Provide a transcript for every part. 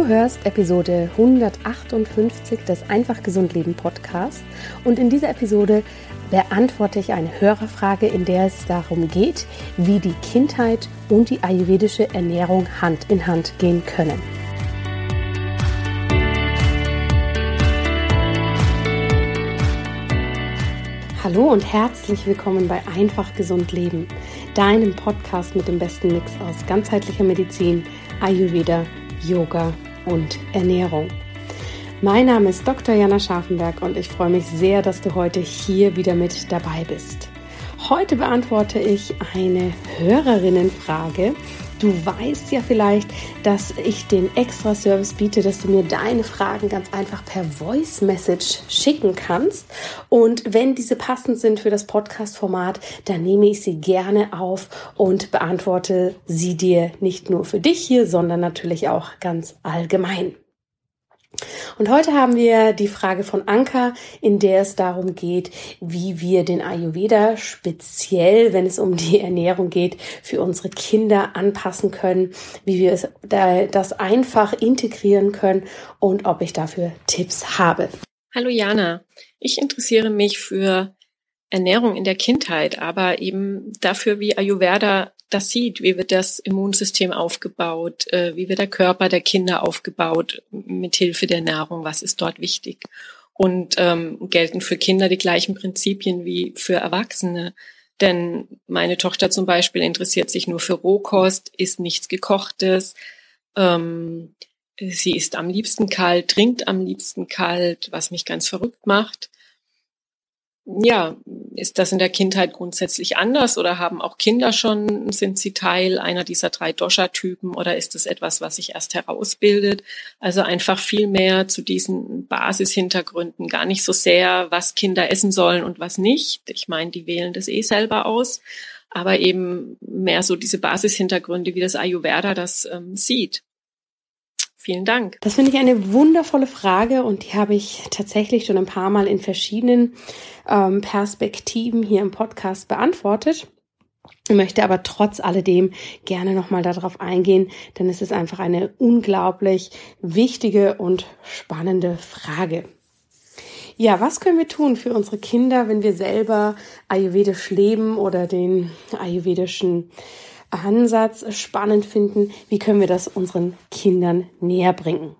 hörst Episode 158 des Einfach Gesund Leben Podcasts und in dieser Episode beantworte ich eine Hörerfrage, in der es darum geht, wie die Kindheit und die ayurvedische Ernährung Hand in Hand gehen können. Hallo und herzlich willkommen bei Einfach Gesund Leben, deinem Podcast mit dem besten Mix aus ganzheitlicher Medizin, Ayurveda, Yoga und Ernährung. Mein Name ist Dr. Jana Scharfenberg und ich freue mich sehr, dass du heute hier wieder mit dabei bist. Heute beantworte ich eine Hörerinnenfrage. Du weißt ja vielleicht, dass ich den Extra-Service biete, dass du mir deine Fragen ganz einfach per Voice-Message schicken kannst. Und wenn diese passend sind für das Podcast-Format, dann nehme ich sie gerne auf und beantworte sie dir nicht nur für dich hier, sondern natürlich auch ganz allgemein. Und heute haben wir die Frage von Anka, in der es darum geht, wie wir den Ayurveda speziell, wenn es um die Ernährung geht, für unsere Kinder anpassen können, wie wir das einfach integrieren können und ob ich dafür Tipps habe. Hallo Jana, ich interessiere mich für Ernährung in der Kindheit, aber eben dafür, wie Ayurveda das sieht, wie wird das Immunsystem aufgebaut, wie wird der Körper der Kinder aufgebaut mit Hilfe der Nahrung, was ist dort wichtig. Und gelten für Kinder die gleichen Prinzipien wie für Erwachsene. Denn meine Tochter zum Beispiel interessiert sich nur für Rohkost, isst nichts Gekochtes, sie isst am liebsten kalt, trinkt am liebsten kalt, was mich ganz verrückt macht. Ja, ist das in der Kindheit grundsätzlich anders oder haben auch Kinder sind sie Teil einer dieser 3 Dosha-Typen oder ist es etwas, was sich erst herausbildet? Also einfach viel mehr zu diesen Basishintergründen, gar nicht so sehr, was Kinder essen sollen und was nicht. Ich meine, die wählen das selber aus, aber eben mehr so diese Basishintergründe, wie das Ayurveda das sieht. Vielen Dank. Das finde ich eine wundervolle Frage und die habe ich tatsächlich schon ein paar Mal in verschiedenen Perspektiven hier im Podcast beantwortet. Ich möchte aber trotz alledem gerne nochmal darauf eingehen, denn es ist einfach eine unglaublich wichtige und spannende Frage. Ja, was können wir tun für unsere Kinder, wenn wir selber ayurvedisch leben oder den ayurvedischen Ansatz spannend finden? Wie können wir das unseren Kindern näher bringen?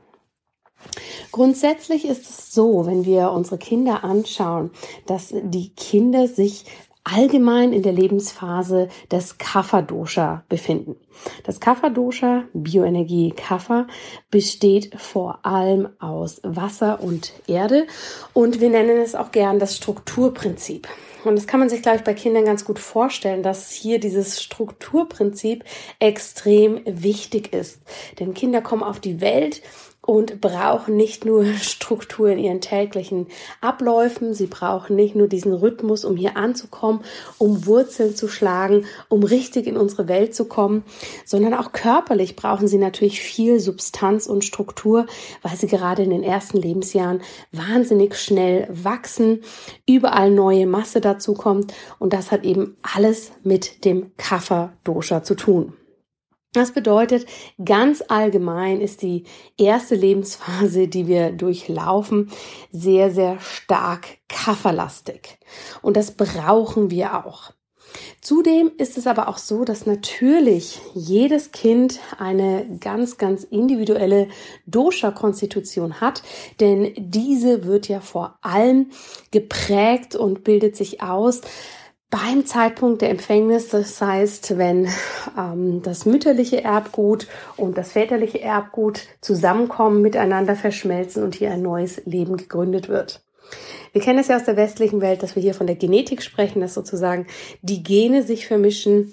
Grundsätzlich ist es so, wenn wir unsere Kinder anschauen, dass die Kinder sich allgemein in der Lebensphase des Kapha-Dosha befinden. Das Kapha-Dosha, Bioenergie Kapha, besteht vor allem aus Wasser und Erde und wir nennen es auch gern das Strukturprinzip. Und das kann man sich, glaube ich, bei Kindern ganz gut vorstellen, dass hier dieses Strukturprinzip extrem wichtig ist. Denn Kinder kommen auf die Welt und brauchen nicht nur Struktur in ihren täglichen Abläufen, sie brauchen nicht nur diesen Rhythmus, um hier anzukommen, um Wurzeln zu schlagen, um richtig in unsere Welt zu kommen, sondern auch körperlich brauchen sie natürlich viel Substanz und Struktur, weil sie gerade in den ersten Lebensjahren wahnsinnig schnell wachsen, überall neue Masse dazu kommt und das hat eben alles mit dem Kapha-Dosha zu tun. Das bedeutet, ganz allgemein ist die erste Lebensphase, die wir durchlaufen, sehr, sehr stark kaphalastig. Und das brauchen wir auch. Zudem ist es aber auch so, dass natürlich jedes Kind eine ganz, ganz individuelle Dosha-Konstitution hat, denn diese wird ja vor allem geprägt und bildet sich aus beim Zeitpunkt der Empfängnis, das heißt, wenn das mütterliche Erbgut und das väterliche Erbgut zusammenkommen, miteinander verschmelzen und hier ein neues Leben gegründet wird. Wir kennen es ja aus der westlichen Welt, dass wir hier von der Genetik sprechen, dass sozusagen die Gene sich vermischen.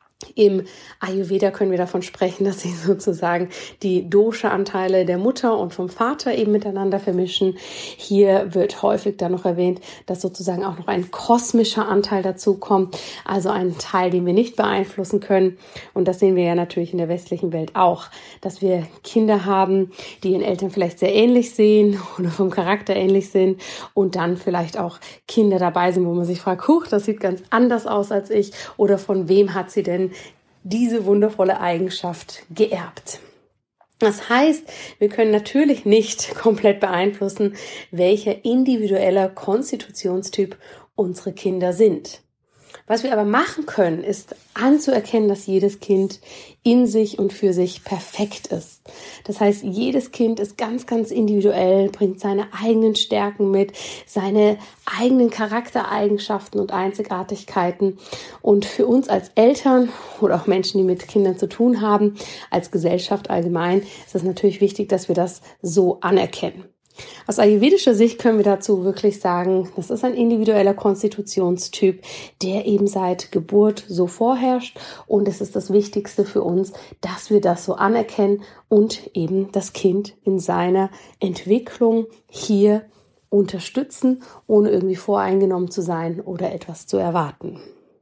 Im Ayurveda können wir davon sprechen, dass sie sozusagen die Dosha-Anteile der Mutter und vom Vater eben miteinander vermischen. Hier wird häufig dann noch erwähnt, dass sozusagen auch noch ein kosmischer Anteil dazu kommt, also ein Teil, den wir nicht beeinflussen können. Und das sehen wir ja natürlich in der westlichen Welt auch, dass wir Kinder haben, die ihren Eltern vielleicht sehr ähnlich sehen oder vom Charakter ähnlich sind und dann vielleicht auch Kinder dabei sind, wo man sich fragt, huch, das sieht ganz anders aus als ich oder von wem hat sie denn diese wundervolle Eigenschaft geerbt. Das heißt, wir können natürlich nicht komplett beeinflussen, welcher individuelle Konstitutionstyp unsere Kinder sind. Was wir aber machen können, ist anzuerkennen, dass jedes Kind in sich und für sich perfekt ist. Das heißt, jedes Kind ist ganz, ganz individuell, bringt seine eigenen Stärken mit, seine eigenen Charaktereigenschaften und Einzigartigkeiten. Und für uns als Eltern oder auch Menschen, die mit Kindern zu tun haben, als Gesellschaft allgemein, ist es natürlich wichtig, dass wir das so anerkennen. Aus ayurvedischer Sicht können wir dazu wirklich sagen, das ist ein individueller Konstitutionstyp, der eben seit Geburt so vorherrscht, und es ist das Wichtigste für uns, dass wir das so anerkennen und eben das Kind in seiner Entwicklung hier unterstützen, ohne irgendwie voreingenommen zu sein oder etwas zu erwarten.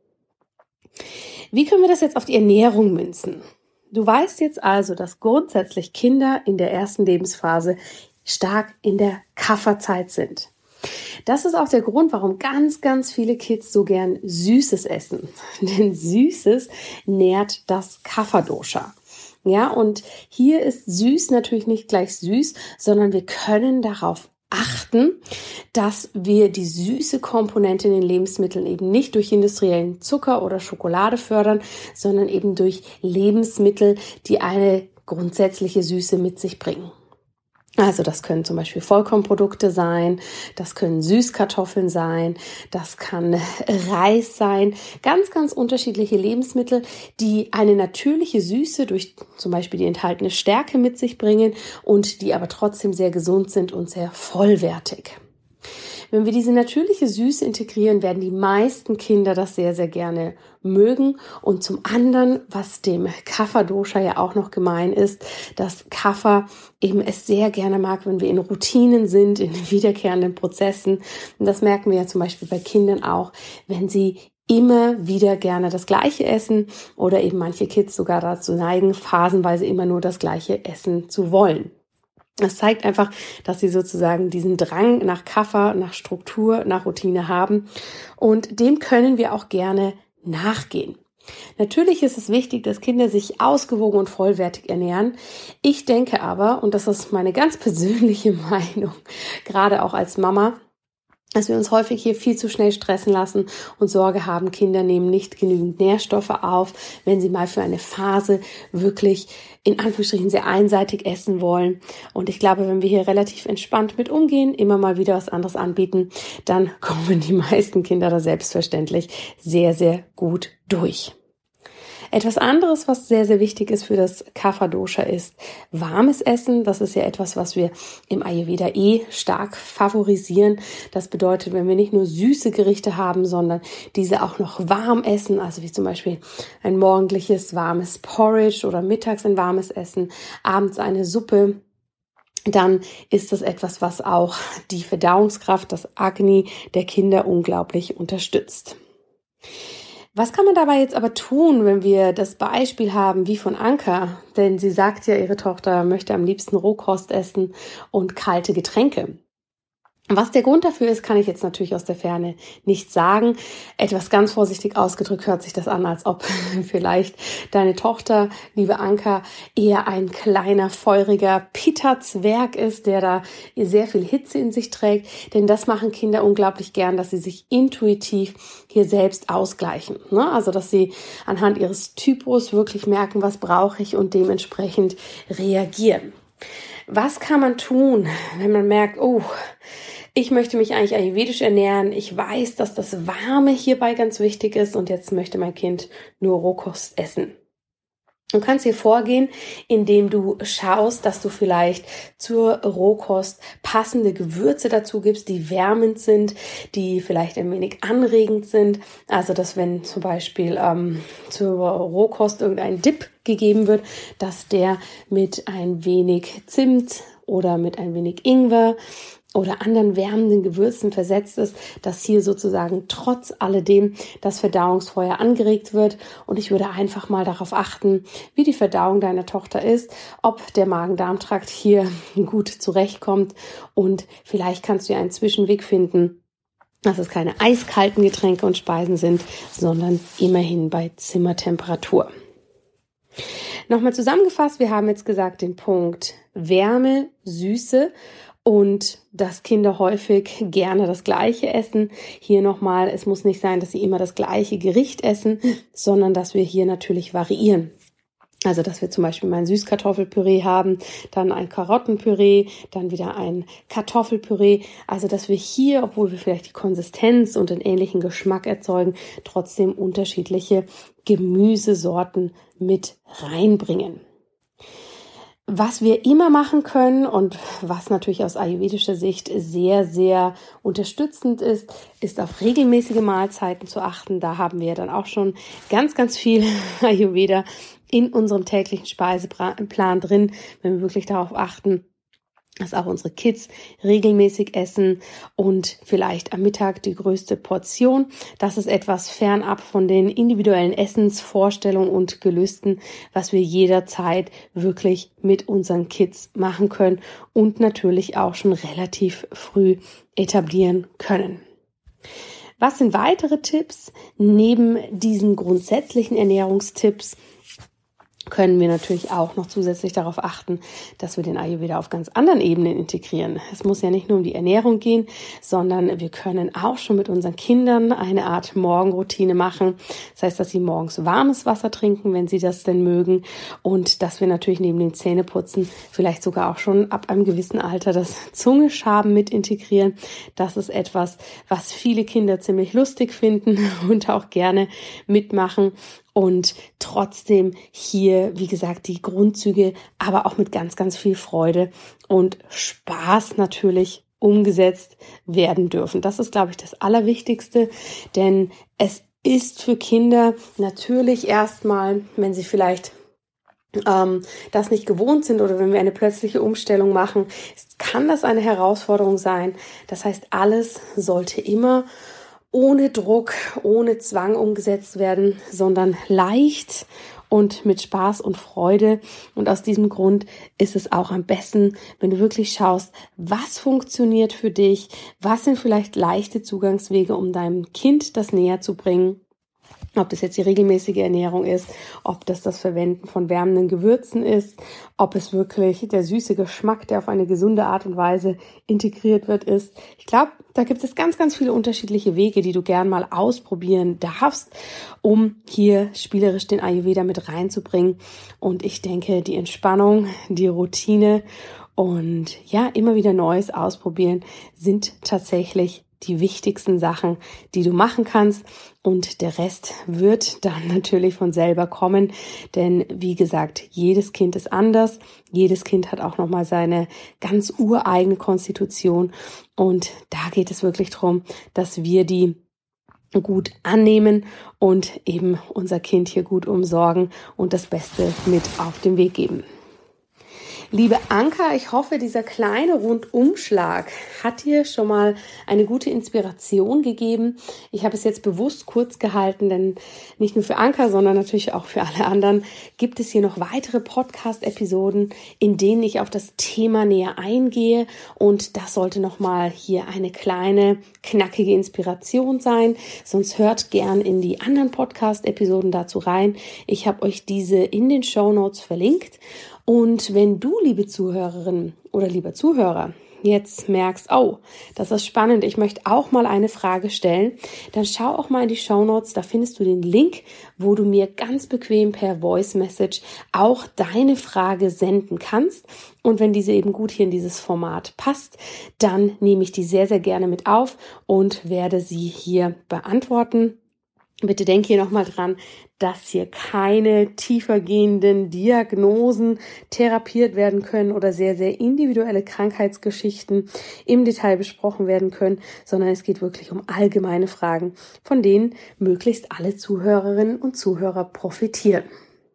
Wie können wir das jetzt auf die Ernährung münzen? Du weißt jetzt also, dass grundsätzlich Kinder in der ersten Lebensphase stark in der Kapha-Zeit sind. Das ist auch der Grund, warum ganz, ganz viele Kids so gern Süßes essen. Denn Süßes nährt das Kapha-Dosha. Ja, und hier ist süß natürlich nicht gleich süß, sondern wir können darauf achten, dass wir die süße Komponente in den Lebensmitteln eben nicht durch industriellen Zucker oder Schokolade fördern, sondern eben durch Lebensmittel, die eine grundsätzliche Süße mit sich bringen. Also das können zum Beispiel Vollkornprodukte sein, das können Süßkartoffeln sein, das kann Reis sein, ganz, ganz unterschiedliche Lebensmittel, die eine natürliche Süße durch zum Beispiel die enthaltene Stärke mit sich bringen und die aber trotzdem sehr gesund sind und sehr vollwertig. Wenn wir diese natürliche Süße integrieren, werden die meisten Kinder das sehr, sehr gerne mögen. Und zum anderen, was dem Kapha-Dosha ja auch noch gemein ist, dass Kapha eben es sehr gerne mag, wenn wir in Routinen sind, in wiederkehrenden Prozessen. Und das merken wir ja zum Beispiel bei Kindern auch, wenn sie immer wieder gerne das Gleiche essen oder eben manche Kids sogar dazu neigen, phasenweise immer nur das Gleiche essen zu wollen. Das zeigt einfach, dass sie sozusagen diesen Drang nach Kapha, nach Struktur, nach Routine haben, und dem können wir auch gerne nachgehen. Natürlich ist es wichtig, dass Kinder sich ausgewogen und vollwertig ernähren. Ich denke aber, und das ist meine ganz persönliche Meinung, gerade auch als Mama, dass wir uns häufig hier viel zu schnell stressen lassen und Sorge haben, Kinder nehmen nicht genügend Nährstoffe auf, wenn sie mal für eine Phase wirklich in Anführungsstrichen sehr einseitig essen wollen. Und ich glaube, wenn wir hier relativ entspannt mit umgehen, immer mal wieder was anderes anbieten, dann kommen die meisten Kinder da selbstverständlich sehr, sehr gut durch. Etwas anderes, was sehr, sehr wichtig ist für das Kapha-Dosha, ist warmes Essen. Das ist ja etwas, was wir im Ayurveda stark favorisieren. Das bedeutet, wenn wir nicht nur süße Gerichte haben, sondern diese auch noch warm essen, also wie zum Beispiel ein morgendliches warmes Porridge oder mittags ein warmes Essen, abends eine Suppe, dann ist das etwas, was auch die Verdauungskraft, das Agni der Kinder unglaublich unterstützt. Was kann man dabei jetzt aber tun, wenn wir das Beispiel haben wie von Anka? Denn sie sagt ja, ihre Tochter möchte am liebsten Rohkost essen und kalte Getränke. Was der Grund dafür ist, kann ich jetzt natürlich aus der Ferne nicht sagen. Etwas ganz vorsichtig ausgedrückt hört sich das an, als ob vielleicht deine Tochter, liebe Anka, eher ein kleiner, feuriger Pitta-Zwerg ist, der da sehr viel Hitze in sich trägt. Denn das machen Kinder unglaublich gern, dass sie sich intuitiv hier selbst ausgleichen. Also, dass sie anhand ihres Typus wirklich merken, was brauche ich, und dementsprechend reagieren. Was kann man tun, wenn man merkt, oh, ich möchte mich eigentlich ayurvedisch ernähren. Ich weiß, dass das Warme hierbei ganz wichtig ist und jetzt möchte mein Kind nur Rohkost essen. Du kannst hier vorgehen, indem du schaust, dass du vielleicht zur Rohkost passende Gewürze dazu gibst, die wärmend sind, die vielleicht ein wenig anregend sind. Also, dass wenn zum Beispiel zur Rohkost irgendein Dip gegeben wird, dass der mit ein wenig Zimt oder mit ein wenig Ingwer oder anderen wärmenden Gewürzen versetzt ist, dass hier sozusagen trotz alledem das Verdauungsfeuer angeregt wird. Und ich würde einfach mal darauf achten, wie die Verdauung deiner Tochter ist, ob der Magen-Darm-Trakt hier gut zurechtkommt, und vielleicht kannst du ja einen Zwischenweg finden, dass es keine eiskalten Getränke und Speisen sind, sondern immerhin bei Zimmertemperatur. Nochmal zusammengefasst, wir haben jetzt gesagt den Punkt Wärme, Süße und dass Kinder häufig gerne das Gleiche essen. Hier nochmal, es muss nicht sein, dass sie immer das gleiche Gericht essen, sondern dass wir hier natürlich variieren. Also, dass wir zum Beispiel mal ein Süßkartoffelpüree haben, dann ein Karottenpüree, dann wieder ein Kartoffelpüree. Also, dass wir hier, obwohl wir vielleicht die Konsistenz und den ähnlichen Geschmack erzeugen, trotzdem unterschiedliche Gemüsesorten mit reinbringen. Was wir immer machen können und was natürlich aus ayurvedischer Sicht sehr, sehr unterstützend ist auf regelmäßige Mahlzeiten zu achten. Da haben wir dann auch schon ganz, ganz viel Ayurveda in unserem täglichen Speiseplan drin, wenn wir wirklich darauf achten, dass auch unsere Kids regelmäßig essen und vielleicht am Mittag die größte Portion. Das ist etwas fernab von den individuellen Essensvorstellungen und Gelüsten, was wir jederzeit wirklich mit unseren Kids machen können und natürlich auch schon relativ früh etablieren können. Was sind weitere Tipps? Neben diesen grundsätzlichen Ernährungstipps können wir natürlich auch noch zusätzlich darauf achten, dass wir den Ayurveda auf ganz anderen Ebenen integrieren. Es muss ja nicht nur um die Ernährung gehen, sondern wir können auch schon mit unseren Kindern eine Art Morgenroutine machen. Das heißt, dass sie morgens warmes Wasser trinken, wenn sie das denn mögen, und dass wir natürlich neben dem Zähneputzen vielleicht sogar auch schon ab einem gewissen Alter das Zungeschaben mit integrieren. Das ist etwas, was viele Kinder ziemlich lustig finden und auch gerne mitmachen. Und trotzdem hier, wie gesagt, die Grundzüge, aber auch mit ganz, ganz viel Freude und Spaß natürlich umgesetzt werden dürfen. Das ist, glaube ich, das Allerwichtigste, denn es ist für Kinder natürlich erstmal, wenn sie vielleicht das nicht gewohnt sind oder wenn wir eine plötzliche Umstellung machen, kann das eine Herausforderung sein. Das heißt, alles sollte immer ohne Druck, ohne Zwang umgesetzt werden, sondern leicht und mit Spaß und Freude. Und aus diesem Grund ist es auch am besten, wenn du wirklich schaust, was funktioniert für dich, was sind vielleicht leichte Zugangswege, um deinem Kind das näher zu bringen. Ob das jetzt die regelmäßige Ernährung ist, ob das Verwenden von wärmenden Gewürzen ist, ob es wirklich der süße Geschmack, der auf eine gesunde Art und Weise integriert wird, ist. Ich glaube, da gibt es ganz, ganz viele unterschiedliche Wege, die du gern mal ausprobieren darfst, um hier spielerisch den Ayurveda mit reinzubringen. Und ich denke, die Entspannung, die Routine und ja, immer wieder Neues ausprobieren sind tatsächlich die wichtigsten Sachen, die du machen kannst, und der Rest wird dann natürlich von selber kommen, denn wie gesagt, jedes Kind ist anders, jedes Kind hat auch nochmal seine ganz ureigene Konstitution, und da geht es wirklich darum, dass wir die gut annehmen und eben unser Kind hier gut umsorgen und das Beste mit auf den Weg geben. Liebe Anka, ich hoffe, dieser kleine Rundumschlag hat dir schon mal eine gute Inspiration gegeben. Ich habe es jetzt bewusst kurz gehalten, denn nicht nur für Anka, sondern natürlich auch für alle anderen gibt es hier noch weitere Podcast-Episoden, in denen ich auf das Thema näher eingehe. Und das sollte nochmal hier eine kleine, knackige Inspiration sein. Sonst hört gern in die anderen Podcast-Episoden dazu rein. Ich habe euch diese in den Shownotes verlinkt. Und wenn du, liebe Zuhörerin oder lieber Zuhörer, jetzt merkst, oh, das ist spannend, ich möchte auch mal eine Frage stellen, dann schau auch mal in die Shownotes, da findest du den Link, wo du mir ganz bequem per Voice Message auch deine Frage senden kannst. Und wenn diese eben gut hier in dieses Format passt, dann nehme ich die sehr, sehr gerne mit auf und werde sie hier beantworten. Bitte denk hier nochmal dran, dass hier keine tiefergehenden Diagnosen therapiert werden können oder sehr, sehr individuelle Krankheitsgeschichten im Detail besprochen werden können, sondern es geht wirklich um allgemeine Fragen, von denen möglichst alle Zuhörerinnen und Zuhörer profitieren.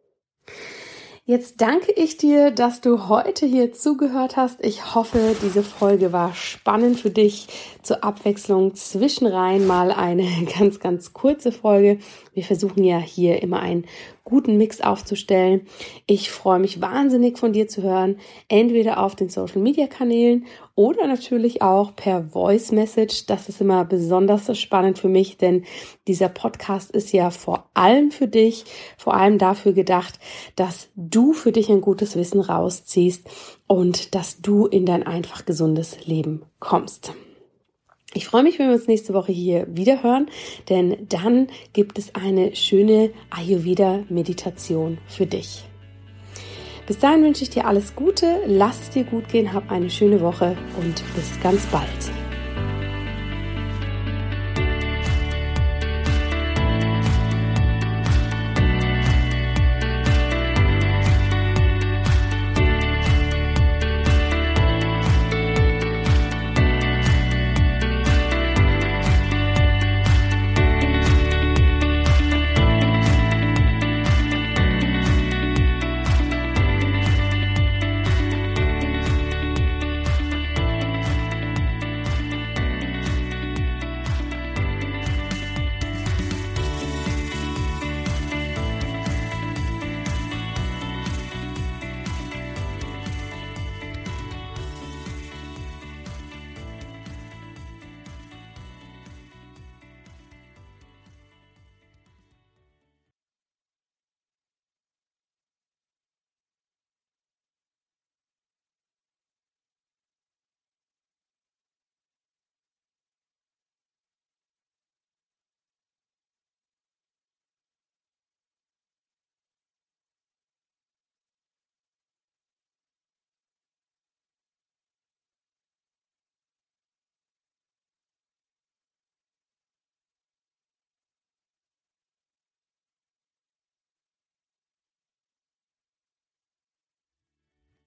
Jetzt danke ich dir, dass du heute hier zugehört hast. Ich hoffe, diese Folge war spannend für dich. Zur Abwechslung zwischenrein mal eine ganz, ganz kurze Folge. Wir versuchen ja hier immer ein guten Mix aufzustellen. Ich freue mich wahnsinnig von dir zu hören, entweder auf den Social-Media-Kanälen oder natürlich auch per Voice Message. Das ist immer besonders spannend für mich, denn dieser Podcast ist ja vor allem für dich, vor allem dafür gedacht, dass du für dich ein gutes Wissen rausziehst und dass du in dein einfach gesundes Leben kommst. Ich freue mich, wenn wir uns nächste Woche hier wieder hören, denn dann gibt es eine schöne Ayurveda-Meditation für dich. Bis dahin wünsche ich dir alles Gute, lass es dir gut gehen, hab eine schöne Woche und bis ganz bald.